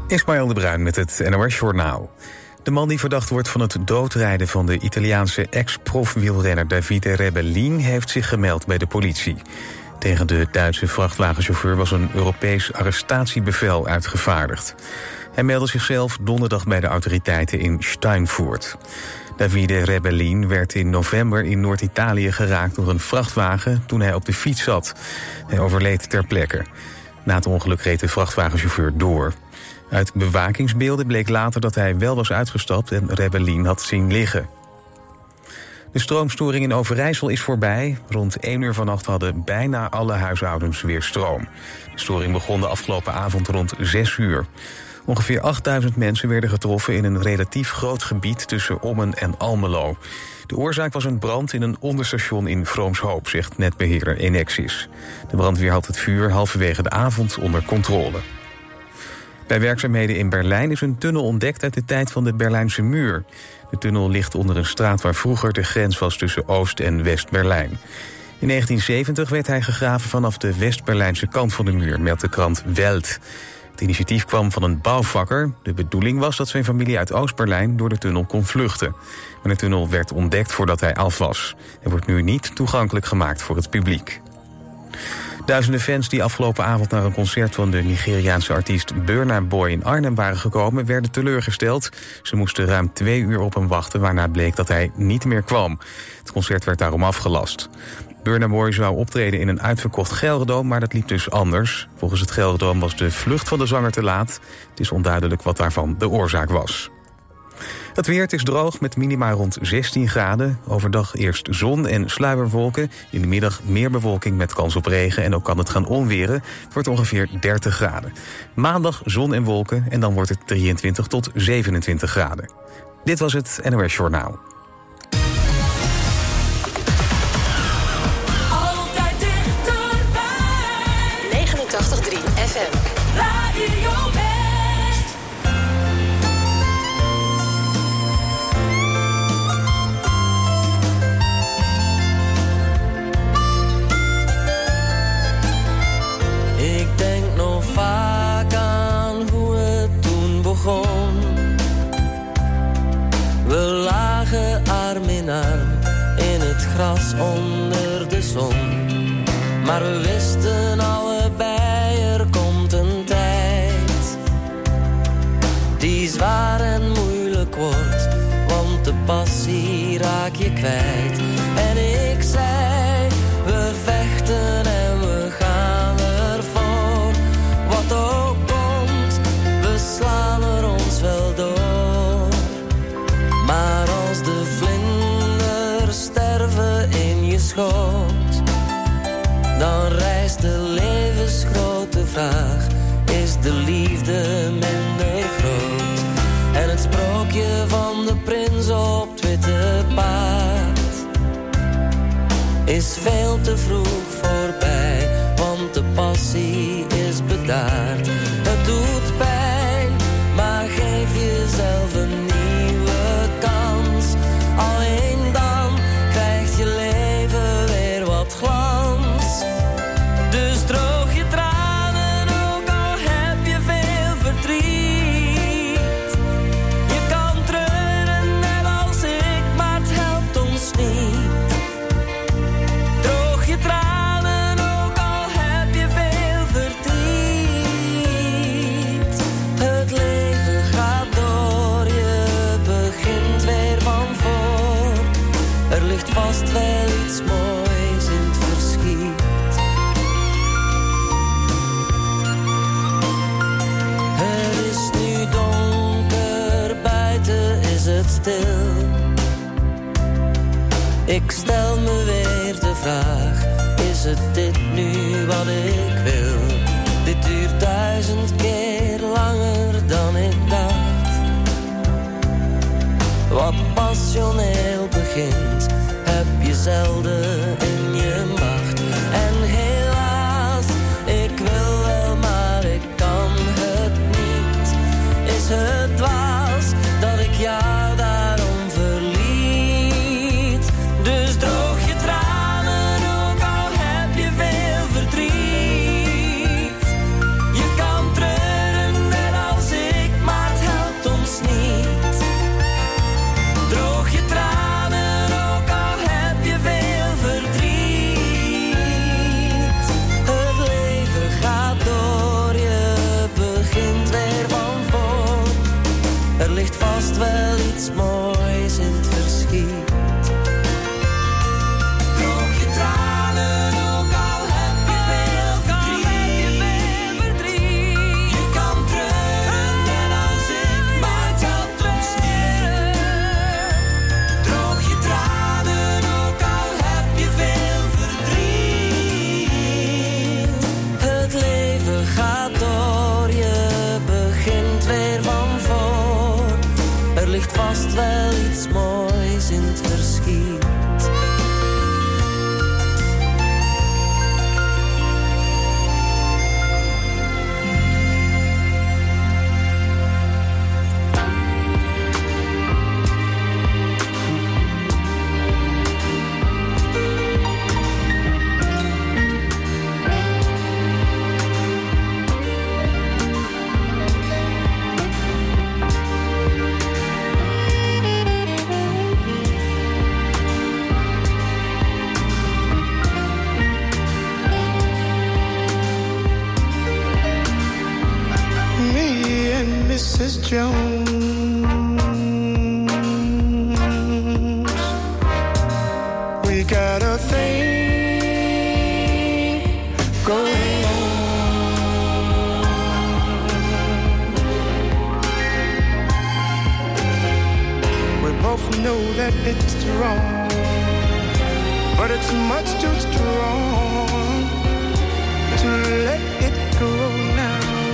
Ismaël de Bruin met het NOS Journaal. De man die verdacht wordt van het doodrijden van de Italiaanse ex-profwielrenner Davide Rebellin heeft zich gemeld bij de politie. Tegen de Duitse vrachtwagenchauffeur was een Europees arrestatiebevel uitgevaardigd. Hij meldde zichzelf donderdag bij de autoriteiten in Steinfurt. Davide Rebellin werd in november in Noord-Italië geraakt door een vrachtwagen toen hij op de fiets zat. Hij overleed ter plekke. Na het ongeluk reed de vrachtwagenchauffeur door. Uit bewakingsbeelden bleek later dat hij wel was uitgestapt en Rebellin had zien liggen. De stroomstoring in Overijssel is voorbij. Rond 1 uur vannacht hadden bijna alle huishoudens weer stroom. De storing begon de afgelopen avond rond 6 uur. Ongeveer 8000 mensen werden getroffen in een relatief groot gebied tussen Ommen en Almelo. De oorzaak was een brand in een onderstation in Vroomshoop, zegt netbeheerder Enexis. De brandweer had het vuur halverwege de avond onder controle. Bij werkzaamheden in Berlijn is een tunnel ontdekt uit de tijd van de Berlijnse muur. De tunnel ligt onder een straat waar vroeger de grens was tussen Oost- en West-Berlijn. In 1970 werd hij gegraven vanaf de West-Berlijnse kant van de muur, meldt de krant Welt. Het initiatief kwam van een bouwvakker. De bedoeling was dat zijn familie uit Oost-Berlijn door de tunnel kon vluchten. Maar de tunnel werd ontdekt voordat hij af was. Hij wordt nu niet toegankelijk gemaakt voor het publiek. Duizenden fans die afgelopen avond naar een concert van de Nigeriaanse artiest Burna Boy in Arnhem waren gekomen, werden teleurgesteld. Ze moesten ruim 2 uur op hem wachten, waarna bleek dat hij niet meer kwam. Het concert werd daarom afgelast. Burna Boy zou optreden in een uitverkocht Gelredome, maar dat liep dus anders. Volgens het Gelredome was de vlucht van de zanger te laat. Het is onduidelijk wat daarvan de oorzaak was. Het weer, het is droog met minima rond 16 graden. Overdag eerst zon en sluierwolken. In de middag meer bewolking met kans op regen en ook kan het gaan onweren. Het wordt ongeveer 30 graden. Maandag zon en wolken en dan wordt het 23 tot 27 graden. Dit was het NOS Journaal. Altijd dichterbij. 89.3 FM. Radio West. Ik denk nog vaak aan hoe het toen begon. We lagen arm in arm in het gras onder de zon. Maar we wisten allebei, er komt een tijd die zwaar en moeilijk wordt, want de passie raak je kwijt. En ik zei, we vechten en we gaan ervoor. Wat ook komt, we slaan er ons wel door. Maar als de vlinders sterven in je schoot, dan rijst de levensgrote vraag, is de liefde minder groot? En het sprookje van de prins op het witte paard is veel te vroeg voorbij, want de passie is bedaard. Het doet pijn, maar geef jezelf een nieuwe kans. Alleen dan krijgt je leven weer wat glans. Dus droog je tranen, ook al heb je veel verdriet. Je kan treuren net als ik, maar het helpt ons niet. Droog je tranen, ook al heb je veel verdriet. Het leven gaat door, je begint weer van voor. Er ligt vast wel iets moois in het verschiet. Het is nu donker, buiten is het stil. Ik stel me weer de vraag, is het dit nu wat ik wil? Dit duurt 1000 keer langer dan ik dacht. Wat passioneel begint, heb je zelden in je macht. En helaas, ik wil wel, maar ik kan het niet. Is het dwaas dat ik jou daarom verliet? Dus droog je tranen, ook al heb je veel verdriet. Je kan treuren net als ik. ligt vast wel iets moois in het verschiet. Mrs. Jones, we got a thing going on. We both know that it's wrong, but it's much too strong to let it go now.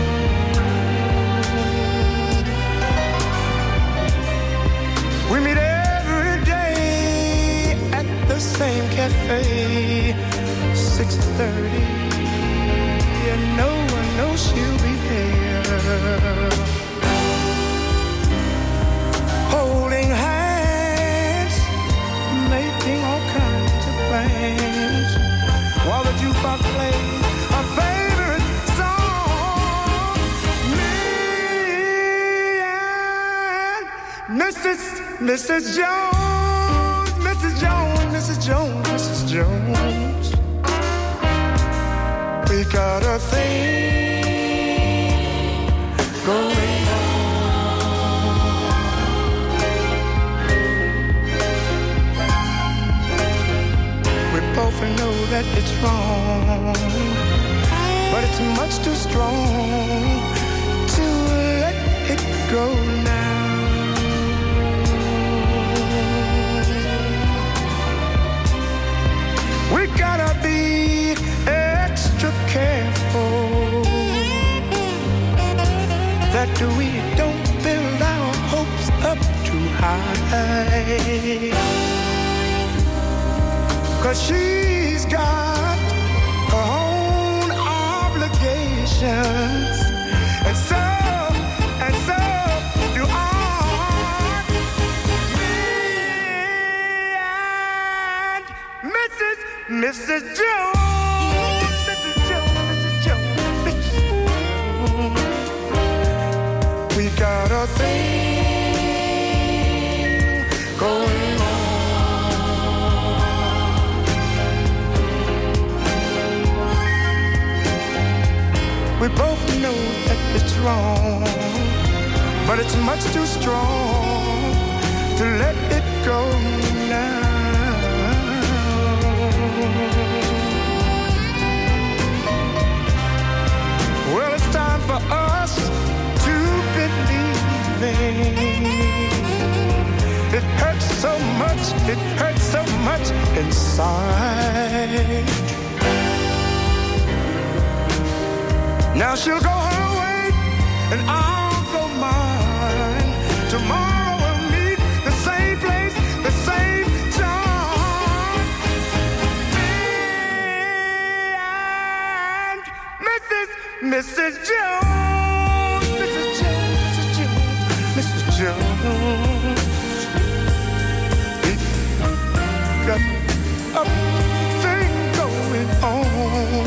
We meet every day at the same cafe, 6:30, and no one knows she'll be there. Holding hands, making all kinds of plans, while the jukebox plays our favorite song. Me and Mrs. Jones, Mrs. Jones, Mrs. Jones, Mrs. Jones, we got a thing going on. We both know that it's wrong, but it's much too strong to let it go now. We gotta be extra careful that we don't build our hopes up too high, 'cause she's got her own obligations, and so do I. Mrs. Jones, Mrs. Jones, Mrs. Jones, Mrs. Jones, we got a thing going on. We both know that it's wrong, but it's much too strong to let it go now. Well, it's time for us to believe. It hurts so much inside. Now she'll go her way and I'll go mine. Tomorrow we'll meet the same place, the same time. Me and Mrs. Jones, Mrs. Jones, Mrs. Jones, Mrs. Jones. We got a thing going on.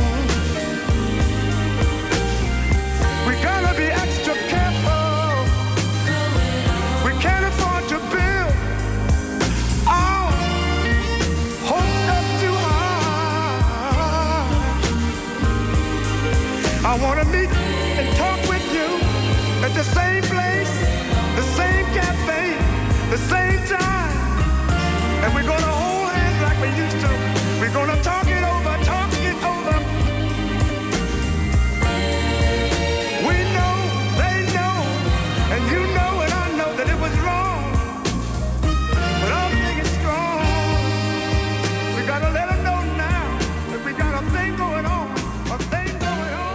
We gotta be extra careful. We can't afford to build our hopes up too high. I wanna meet and talk with you at the same place, the same cafe, the same time. And we're gonna hold hands like we used to. We're gonna talk it over, talk it over. We know, they know, and you know and I know that it was wrong. But our thing is strong. We gotta let them know now that we got a thing going on, a thing going on.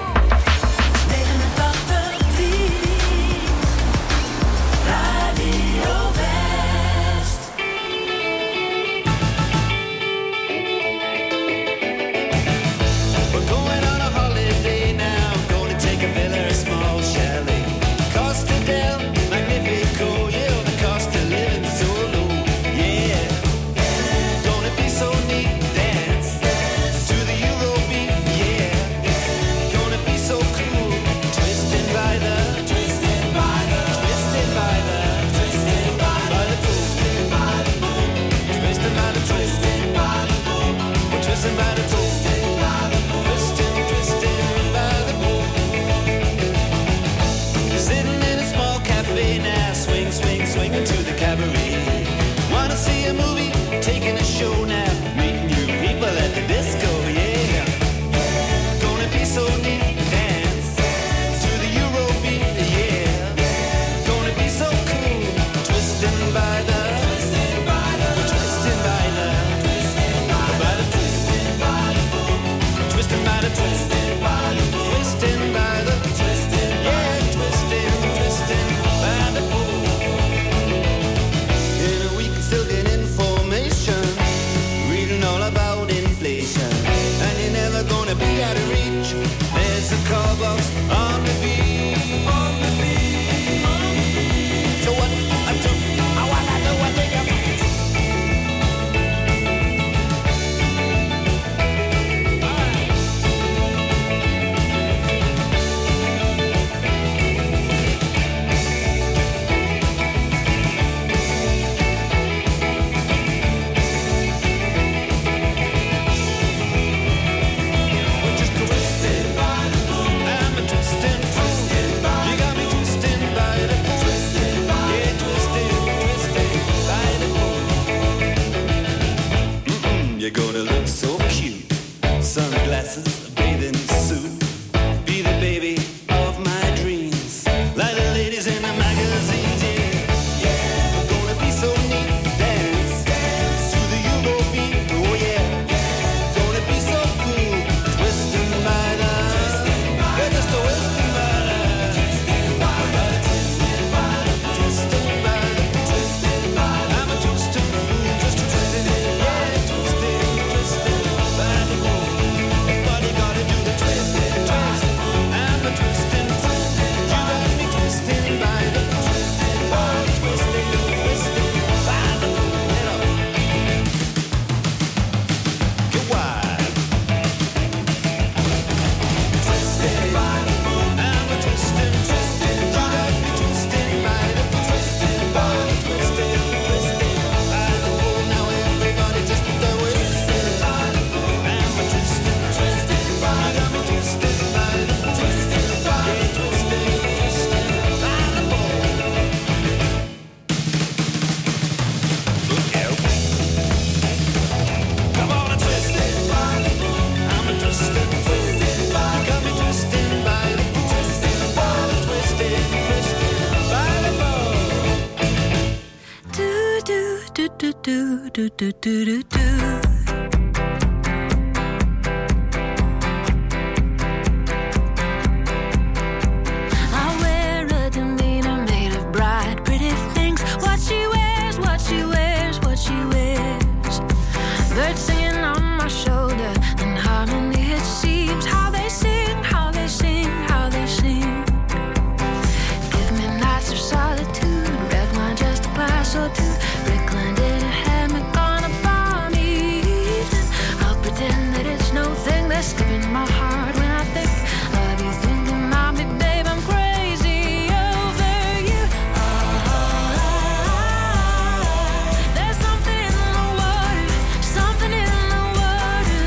89.3 Radio West. do do do do do. Birds singing on my shoulder, in harmony it seems. How they sing, how they sing, how they sing. Give me nights of solitude, red wine just a glass or two. Brickland in a hammock on a balmy evening. I'll pretend that it's no thing that's skipping my heart when I think of you. Thinking about me, babe, I'm crazy over you. There's something in the water, something in the water.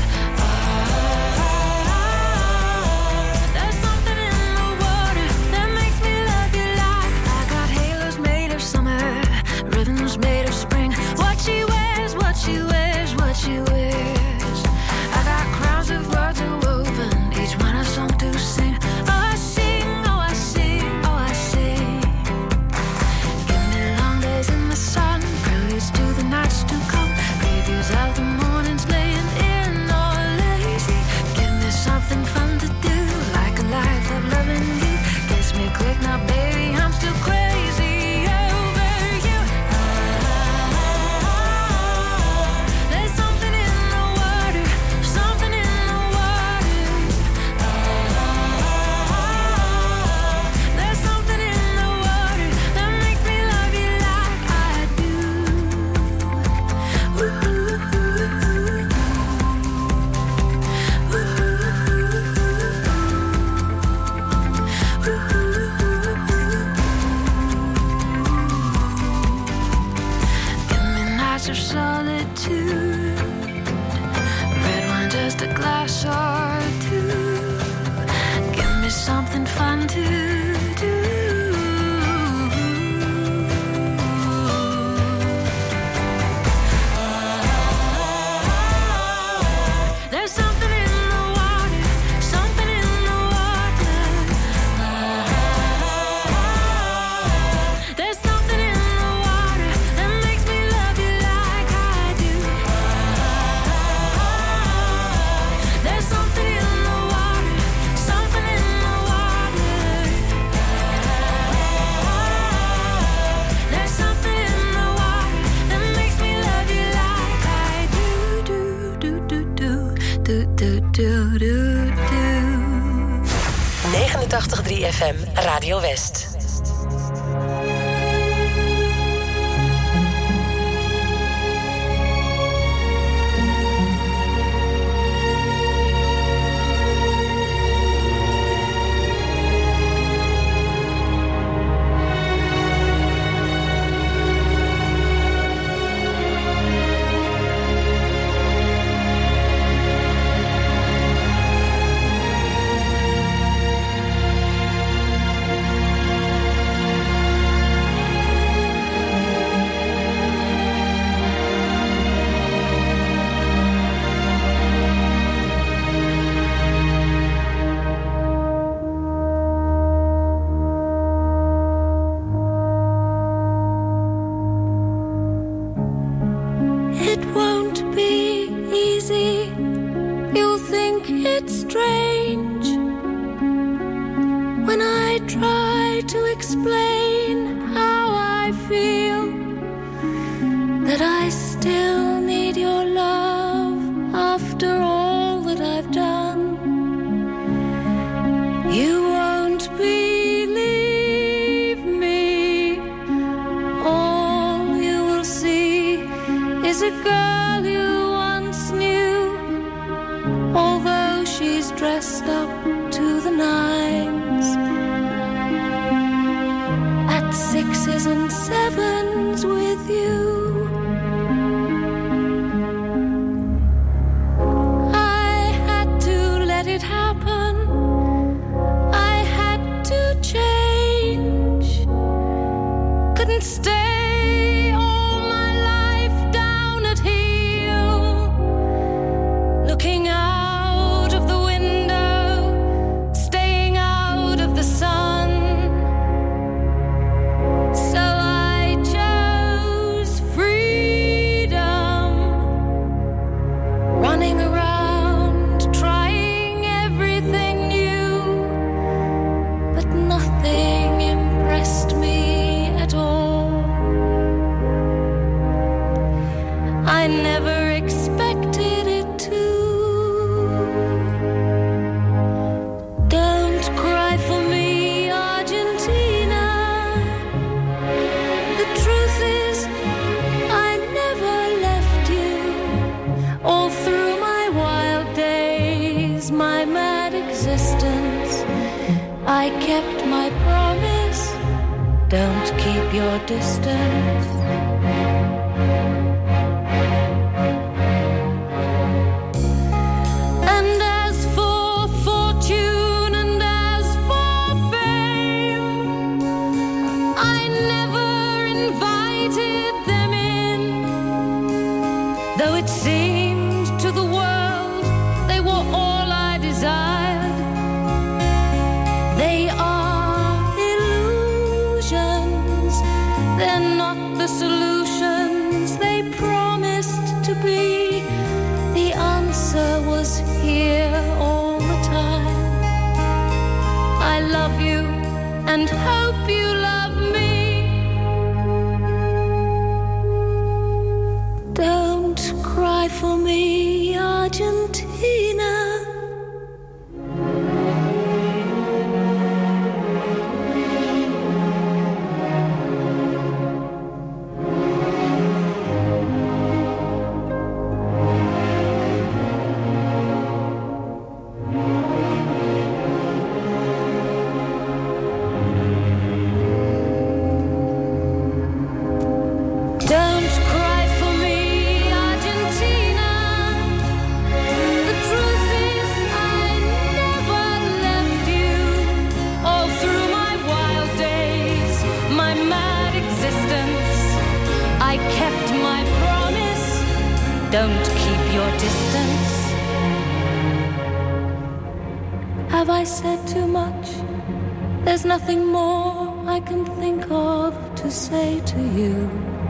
There's something in the water that makes me love you like. I got halos made of summer, ribbons made of spring. What she wears, what she wears, what she wears. I got crowns of words woven, each one a song to sing. Oh, I sing, oh, I sing, oh, I sing. Give me long days in the sun, preludes to the nights to come. Previews of the mornings laying in or lazy. Give me something fun to do, like a life of loving you. Kiss me quick now, baby, I'm still crazy over you. There's something in the water, something in the water. There's something in the water that makes me love you like I do. Give me nights of solitude, red wine just a glass or two. Give me something fun to do. There's something in the water, something in the water. There's something in the water that makes me love you like I do. There's something in the water, something in the water. There's something in the water that makes me love you like I do. Do do do do do do do do. 89.3 FM Radio West. It won't be easy. You'll think it's strange when I try to explain how I feel, that I still need your love after all that I've done. You won't believe me. All you will see is a girl you once knew, although she's dressed up to the nines, at 6s and 7s with you. I had to let it happen. I had to change. Couldn't stay all my life down at heel, looking out of the window, staying out of the sun. So I chose freedom. Don't keep your distance. And as for fortune and as for fame, I never invited them in, though it seemed to the world they were all I desired. They are illusions, they're not the solutions they promised to be. The answer was here all the time. I love you and hope you love me. Don't cry for me, Argentina. Don't cry for me, Argentina. The truth is I never left you. All through my wild days, my mad existence, I kept my promise. Don't keep your distance. Have I said too much? There's nothing more I can think of to say to you.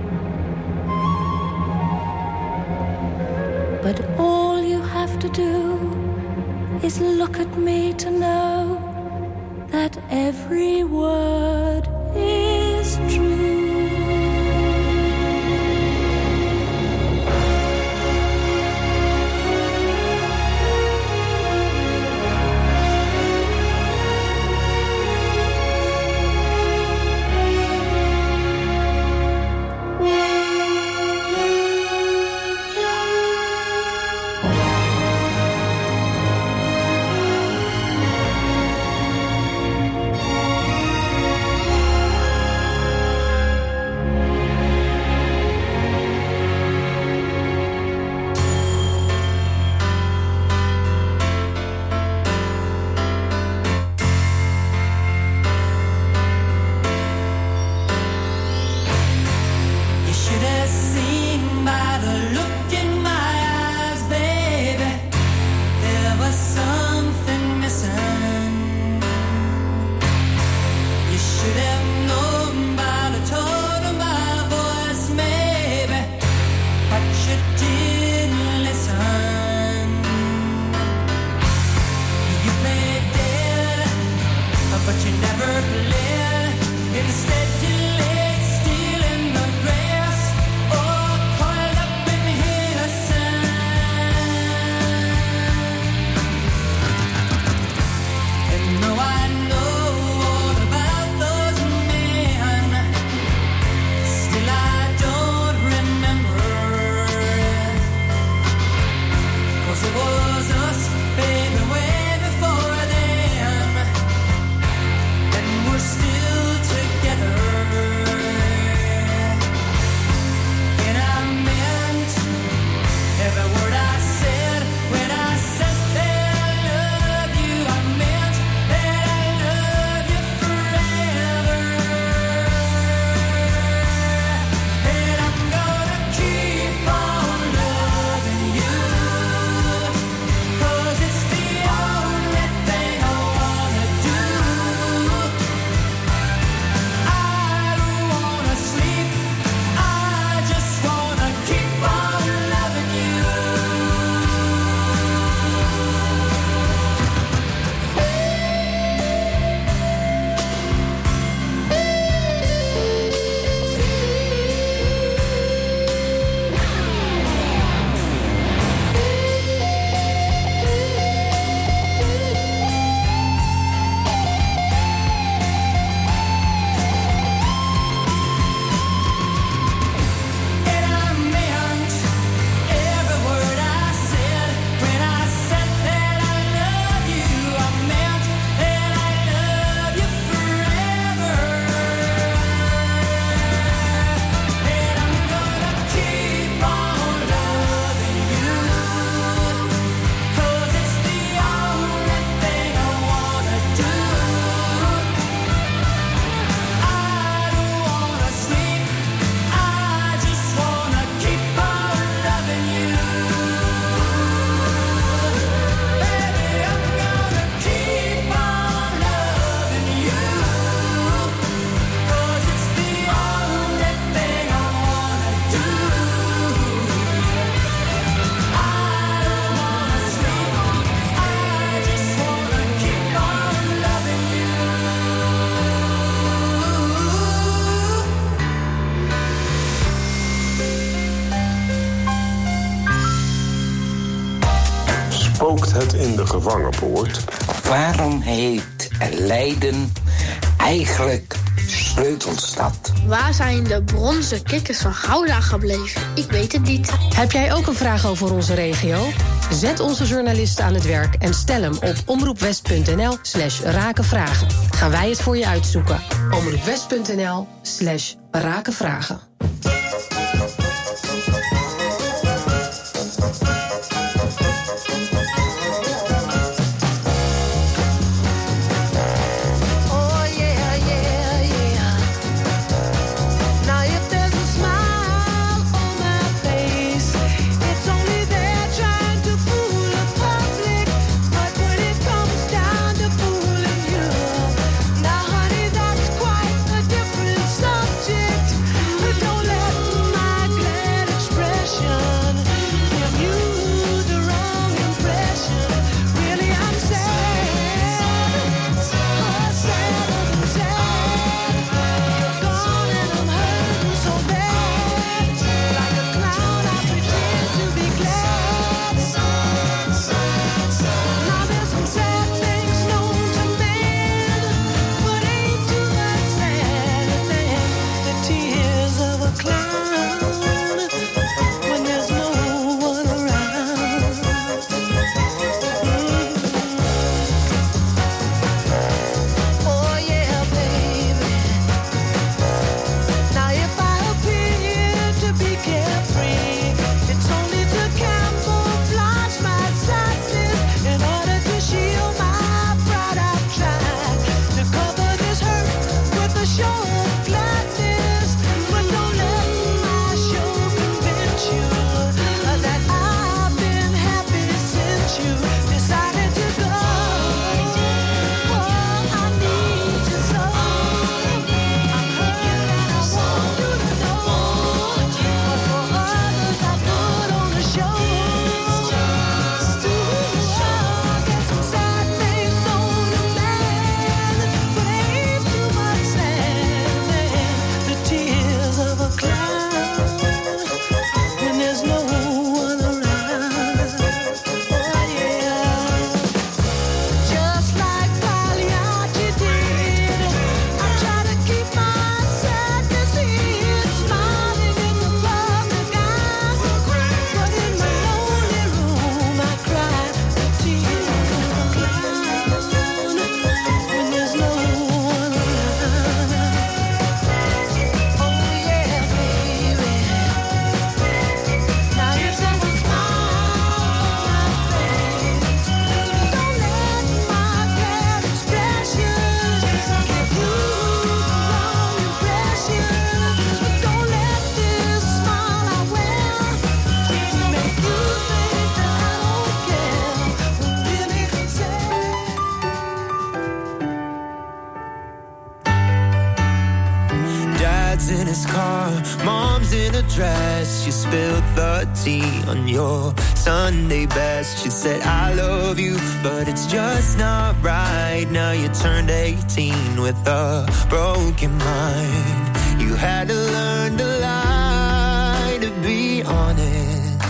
But all you have to do is look at me to know that every word is true. You should have seen by the look in my eyes, baby, there was something missing. You should have known by the tone of my voice, maybe, but you didn't listen. You played dead, but you never played. Instead you lay still in the grass, or coiled up in hyacinth. And though I know all about those men, still I don't remember. 'Cause it was us, baby, way before then, and we're still together. staat het in de gevangenpoort. Waarom heet Leiden eigenlijk Sleutelstad? Waar zijn de bronzen kikkers van Gouda gebleven? Ik weet het niet. Heb jij ook een vraag over onze regio? Zet onze journalisten aan het werk en stel hem op omroepwest.nl/rakenvragen. Gaan wij het voor je uitzoeken. omroepwest.nl/rakenvragen. dress, you spilled the tea on your Sunday best. She said, I love you, but it's just not right. Now you turned 18 with a broken mind. You had to learn to lie to be honest.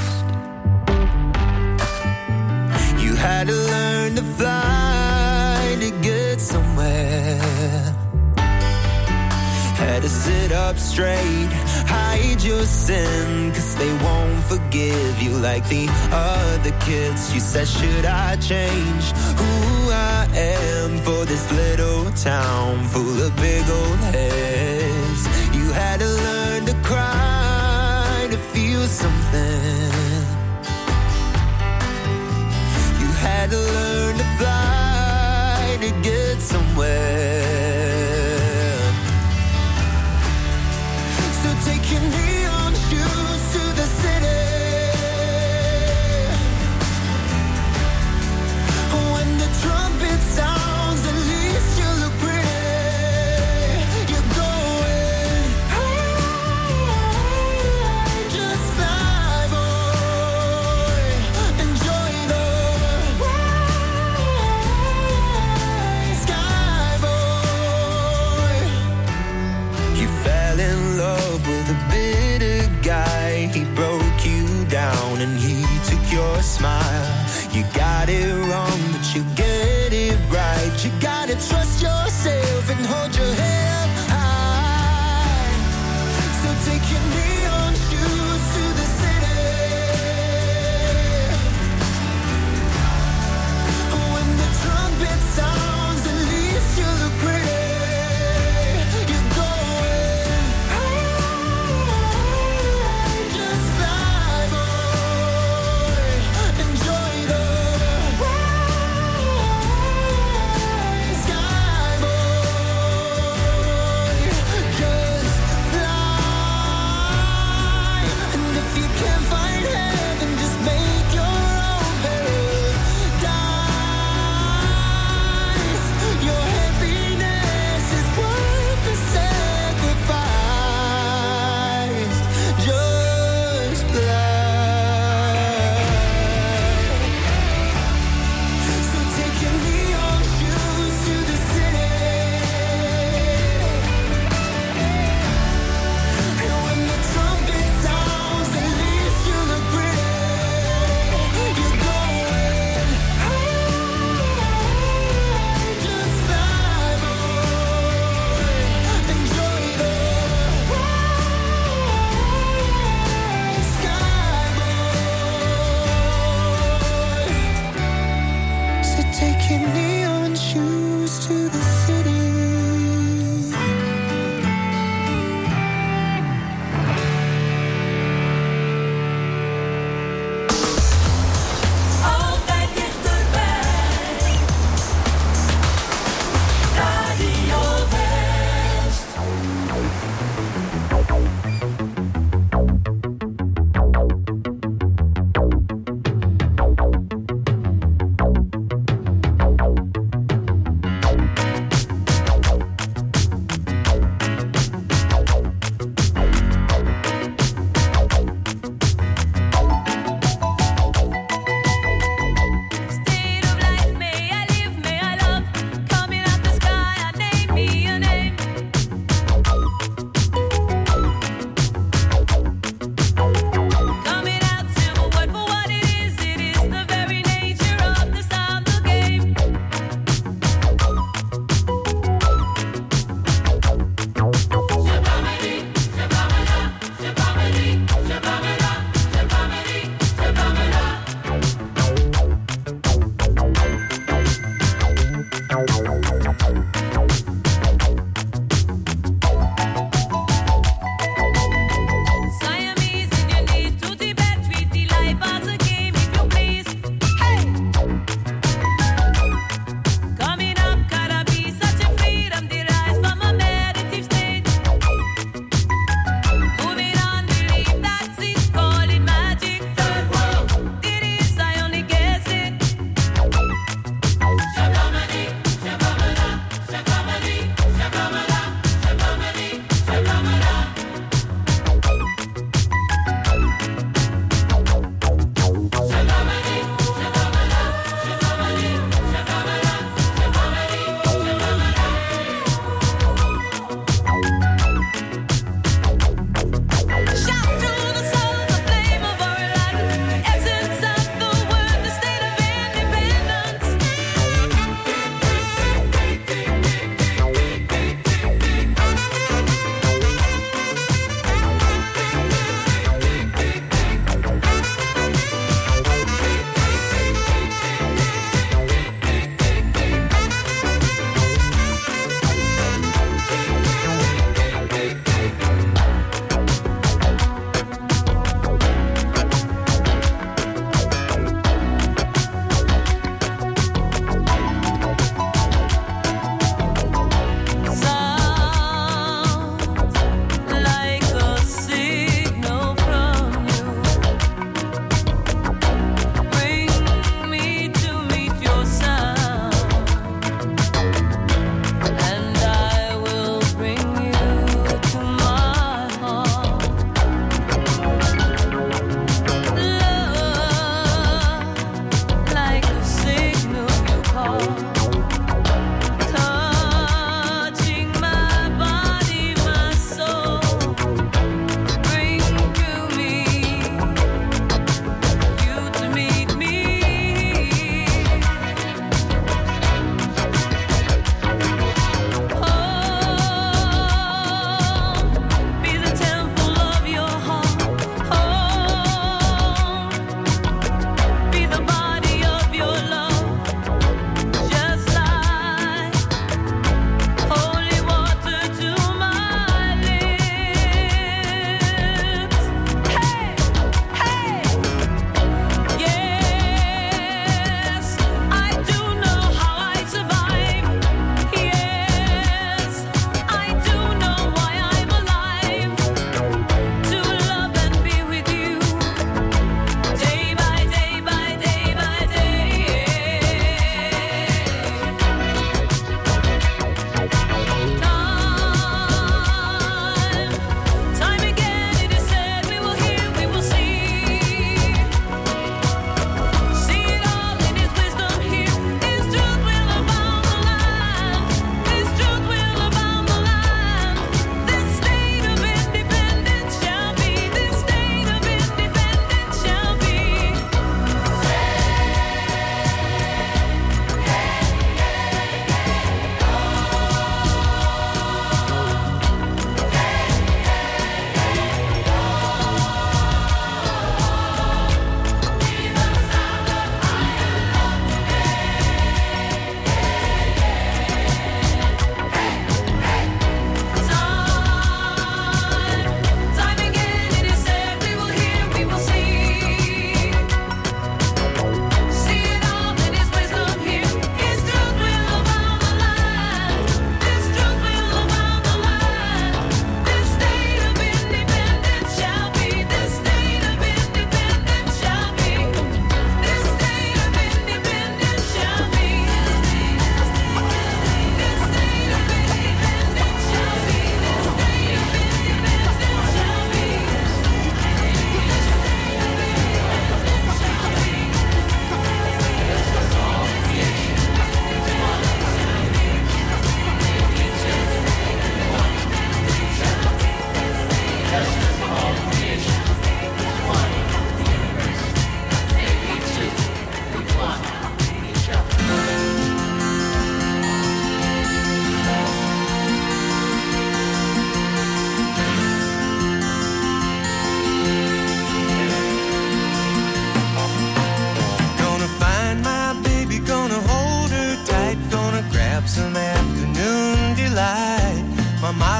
You had to learn to fly to get somewhere. Had to sit up straight, hide your sin, 'cause they won't forgive you like the other kids. You said, should I change who I am for this little town full of big old heads? You had to learn to cry to feel something. You had to learn to fly to get somewhere. Take your neon shoes to the city. When the trumpet sounds, at least you look pretty. You're going just fly, boy. Enjoy the ride.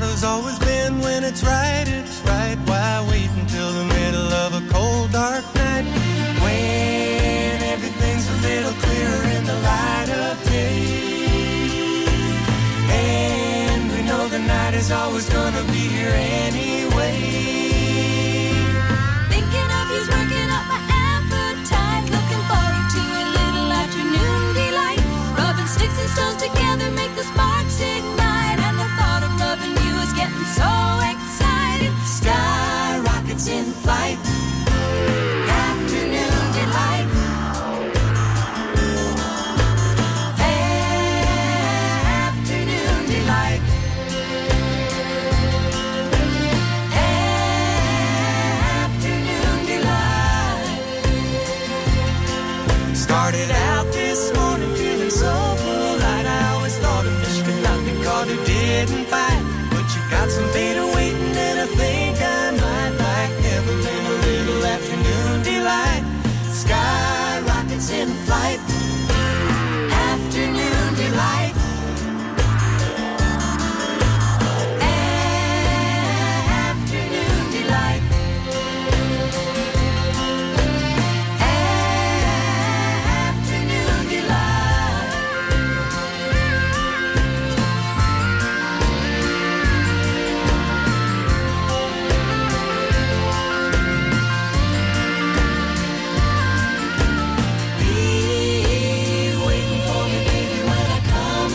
motto's always been when it's right, why wait until the middle of a cold dark night, when everything's a little clearer in the light of day, and we know the night is always gonna be here anyway. Thinking of you's working up my appetite, looking forward to a little afternoon delight, rubbing sticks and stones together make the sparks ignite, and the thought of loving you is getting so exciting. Sky rockets in flight, afternoon delight, afternoon delight, afternoon delight. Started out this morning feeling so polite, I always thought a fish could not be caught who didn't bite, but you got some beta waiting and I think I might like Evelyn a little afternoon delight. Sky rockets in flight, afternoon delight, afternoon delight, afternoon delight. Be waiting for me, baby, when I come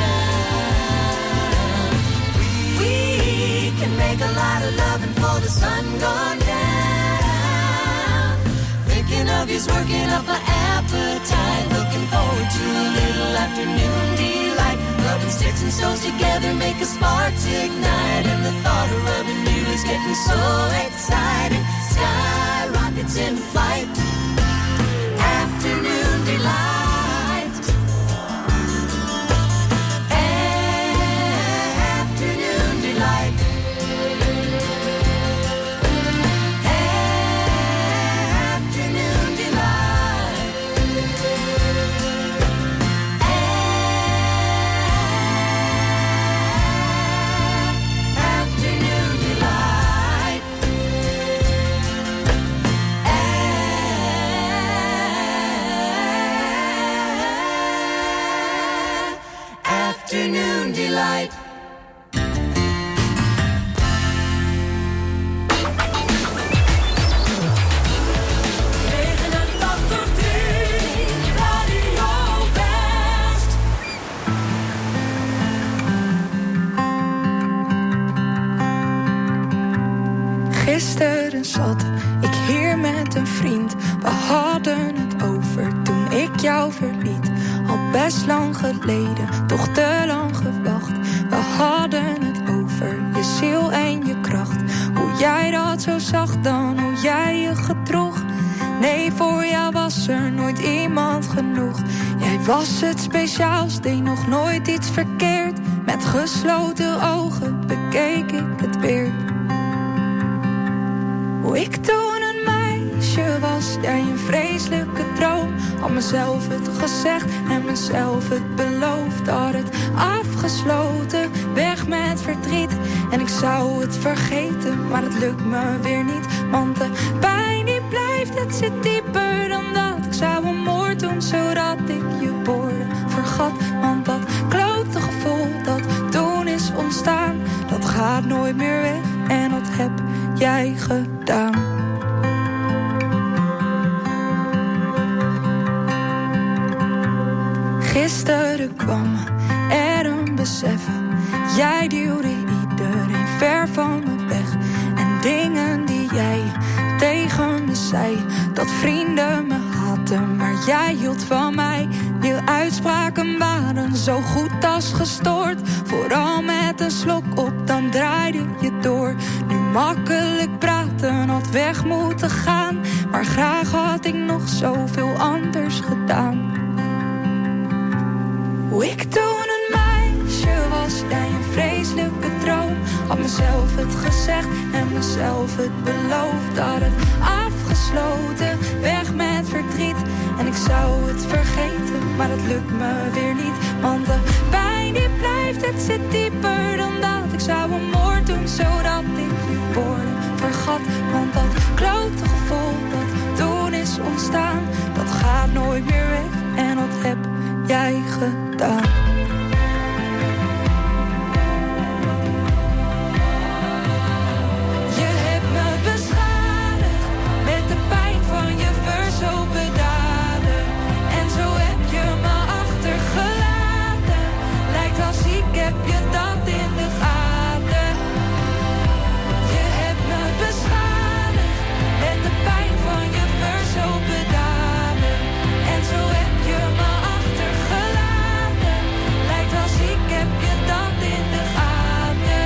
around. We can make a lot of loving for the sun gone down. Thinking of you's working up my appetite, looking forward to a little afternoon delight, rubbing sticks and stones together make a sparks ignite, and the thought of loving you is getting so exciting. Sky rockets in flight, afternoon delight, afternoon delight, afternoon delight, afternoon delight, afternoon delight. Gisteren zat ik hier met een vriend. We hadden het over toen ik jou verliet. Al best lang geleden, toch te lang gewacht. We hadden het over je ziel en je kracht. Hoe jij dat zo zag dan, hoe jij je gedroeg. Nee, voor jou was er nooit iemand genoeg. Jij was het speciaals, deed nog nooit iets verkeerd. Met gesloten ogen bekeek ik het weer. Hoe ik toen een meisje was, jij een vreselijke droom. Had mezelf het gezegd en mezelf het beloofd. Had het afgesloten, weg met verdriet. En ik zou het vergeten, maar het lukt me weer niet. Want de pijn die blijft, het zit dieper dan dat. Ik zou een moord doen, zodat ik je woorden vergat. Want dat klote gevoel dat toen is ontstaan, dat gaat nooit meer weg. En dat heb jij gedaan. Gisteren kwam er een besef. Jij duwde iedereen ver van me weg. En dingen die jij tegen me zei, dat vrienden me haten, maar jij hield van mij. Je uitspraken waren zo goed als gestoord. Vooral met een slok op, dan draaide je door. Nu makkelijk praten, had weg moeten gaan. Maar graag had ik nog zoveel anders gedaan. Hoe ik toen een meisje was, jij een vreselijke droom. Had mezelf het gezegd en mezelf het beloofd. Had het afgesloten, weg met verdriet. En ik zou het vergeten, maar het lukt me weer niet. Want de pijn die blijft, het zit dieper dan dat. Ik zou een vergat. Want dat klote gevoel dat toen is ontstaan, dat gaat nooit meer weg. En wat heb jij gedaan? Je hebt me beschadigd met de pijn van je verzopen daden. En zo heb je me achtergelaten. Lijkt als ik heb je dat in de gaten. Je hebt me beschadigd met de pijn van je verzopen daden. En zo heb je me achtergelaten. Lijkt als ik heb je dat in de gaten.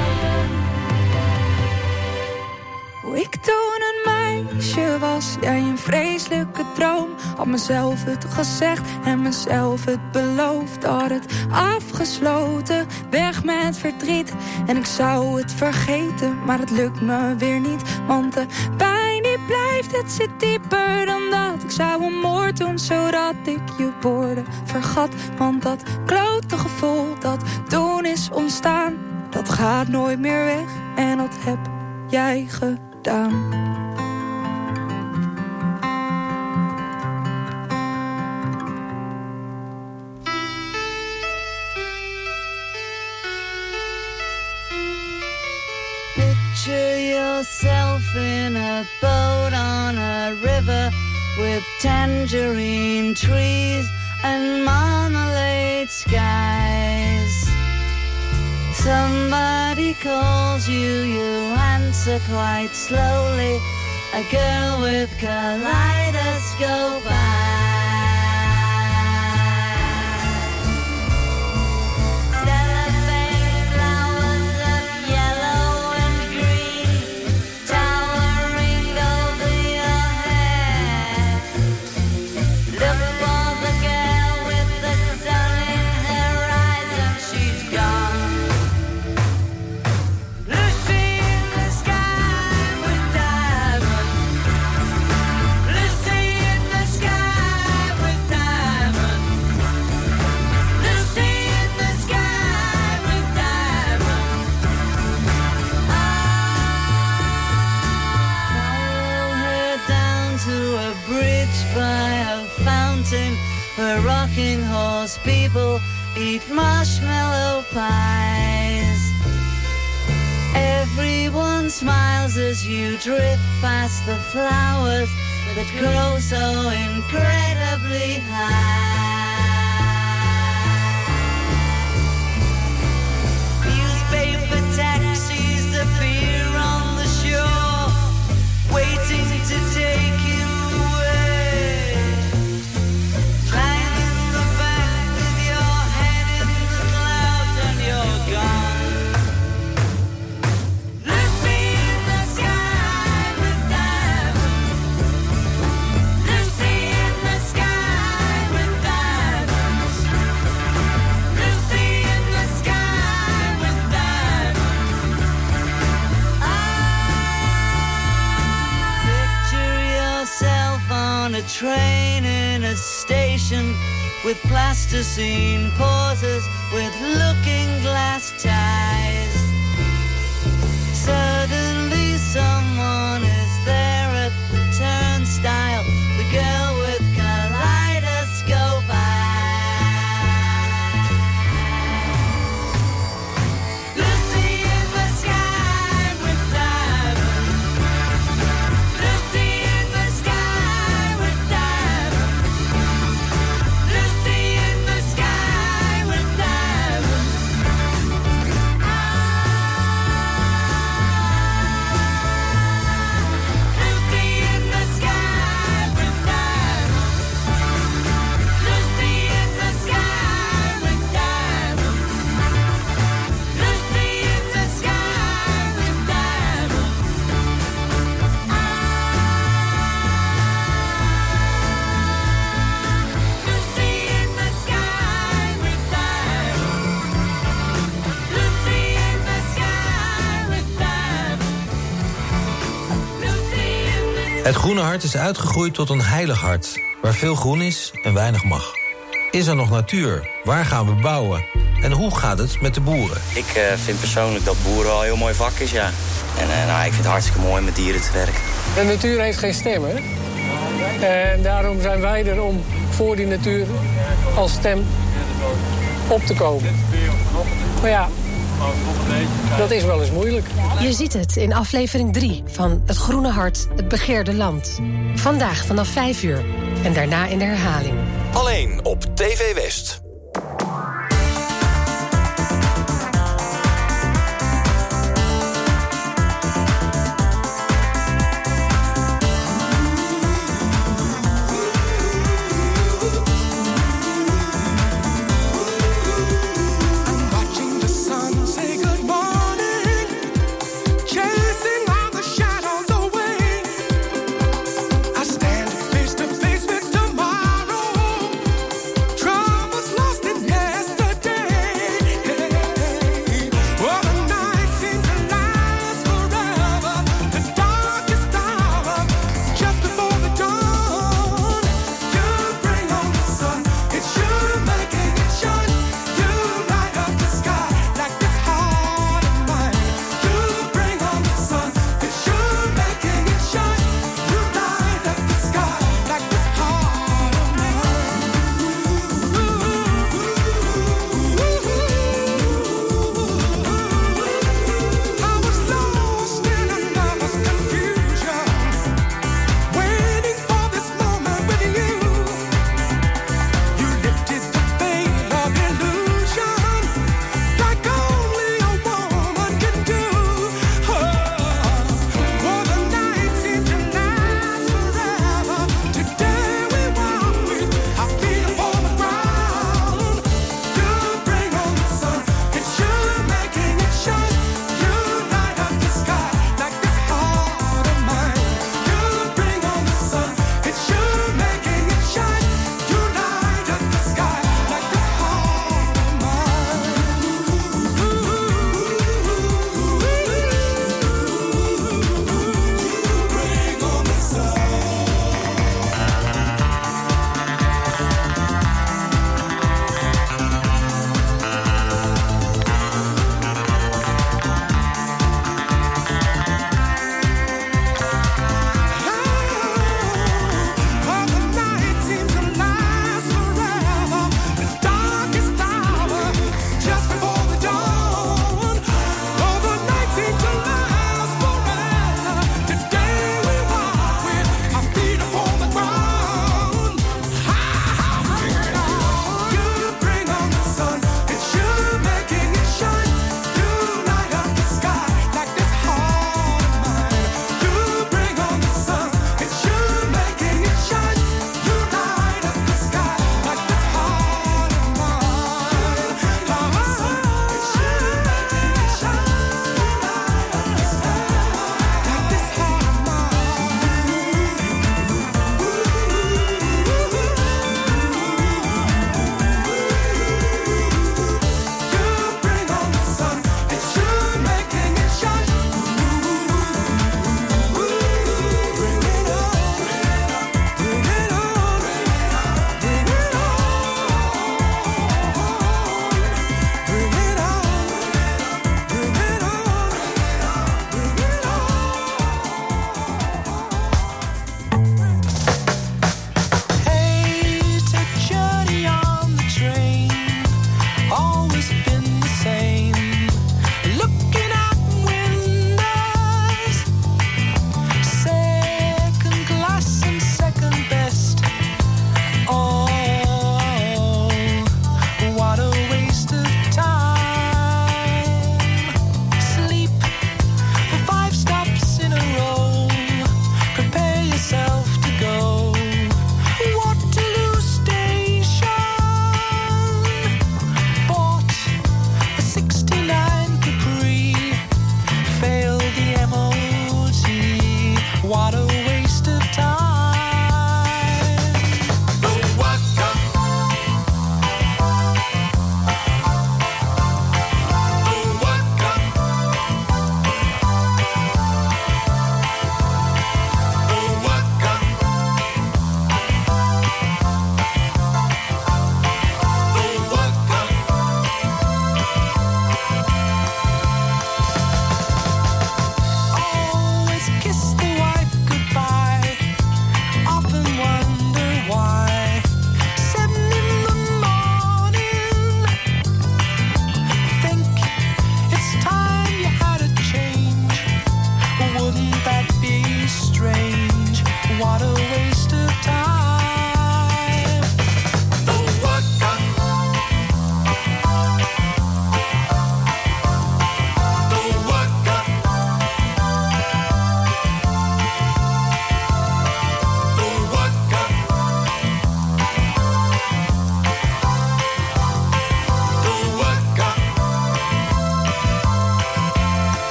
Hoe ik toen een meisje was, jij een vreselijke droom. Had mezelf het gezegd en mezelf het beloofd. Had het afgesloten, weg met verdriet. En ik zou het vergeten, maar het lukt me weer niet. Want de pijn die blijft, het zit dieper dan dat. Ik zou een moord doen, zodat ik je woorden vergat. Want dat klote gevoel dat toen is ontstaan, dat gaat nooit meer weg. En dat heb jij gedaan. Picture yourself in a boat on a river with tangerine trees and marmalade skies. Somebody calls you, you answer quite slowly. A girl with kaleidoscope eyes. Where rocking horse people eat marshmallow pies. Everyone smiles as you drift past the flowers that grow so incredibly high. Newspaper taxis appear on the shore, waiting to take you away. A train in a station with plasticine pauses with looking glass ties. Suddenly someone is there at the turnstile, the girl with kaleidoscope eyes. Lucy in the sky with diamonds. Lucy in the sky. Het groene hart is uitgegroeid tot een heilig hart, waar veel groen is en weinig mag. Is er nog natuur? Waar gaan we bouwen? En hoe gaat het met de boeren? Ik vind persoonlijk dat boeren wel een heel mooi vak is, ja. En ik vind het hartstikke mooi om met dieren te werken. De natuur heeft geen stem, hè? En daarom zijn wij er om voor die natuur als stem op te komen. Maar ja, dat is wel eens moeilijk. Je ziet het in aflevering 3 van Het Groene Hart, het begeerde land. Vandaag vanaf 5 uur en daarna in de herhaling. Alleen op TV West. Face to face with tomorrow. Troubles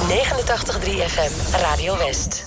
89.3 FM Radio West.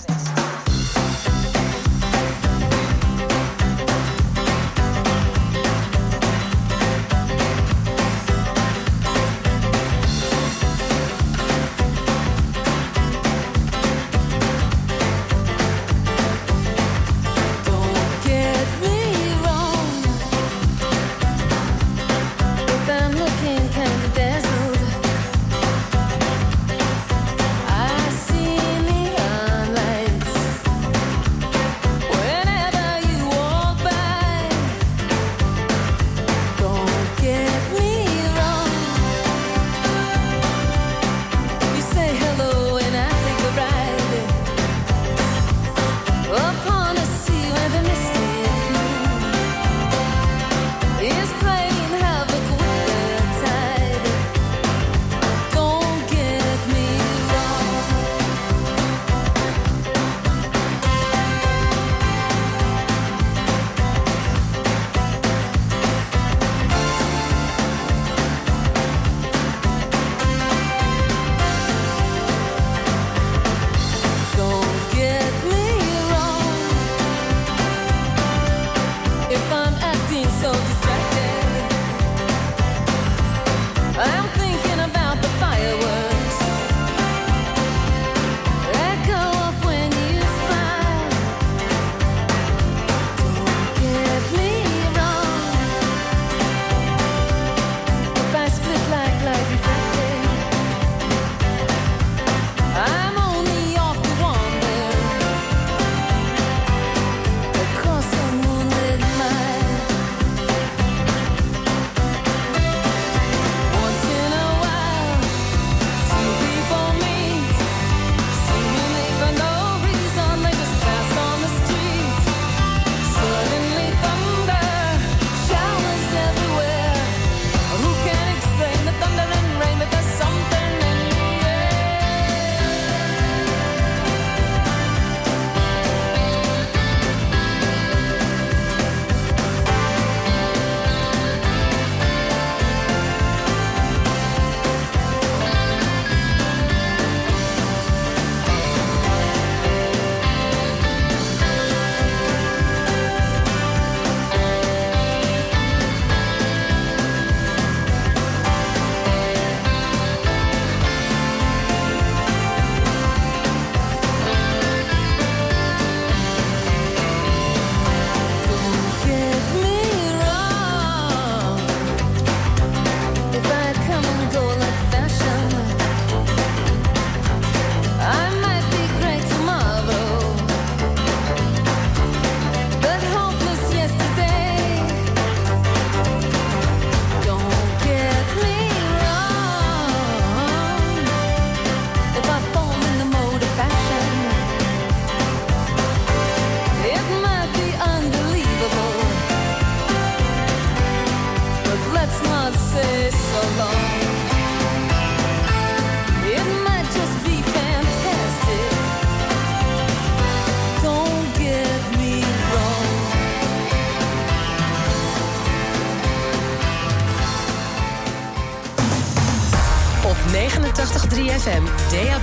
Op 89.3 FM, DAB+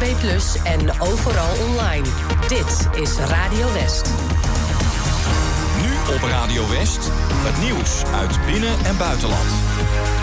en overal online. Dit is Radio West. Nu op Radio West, het nieuws uit binnen- en buitenland.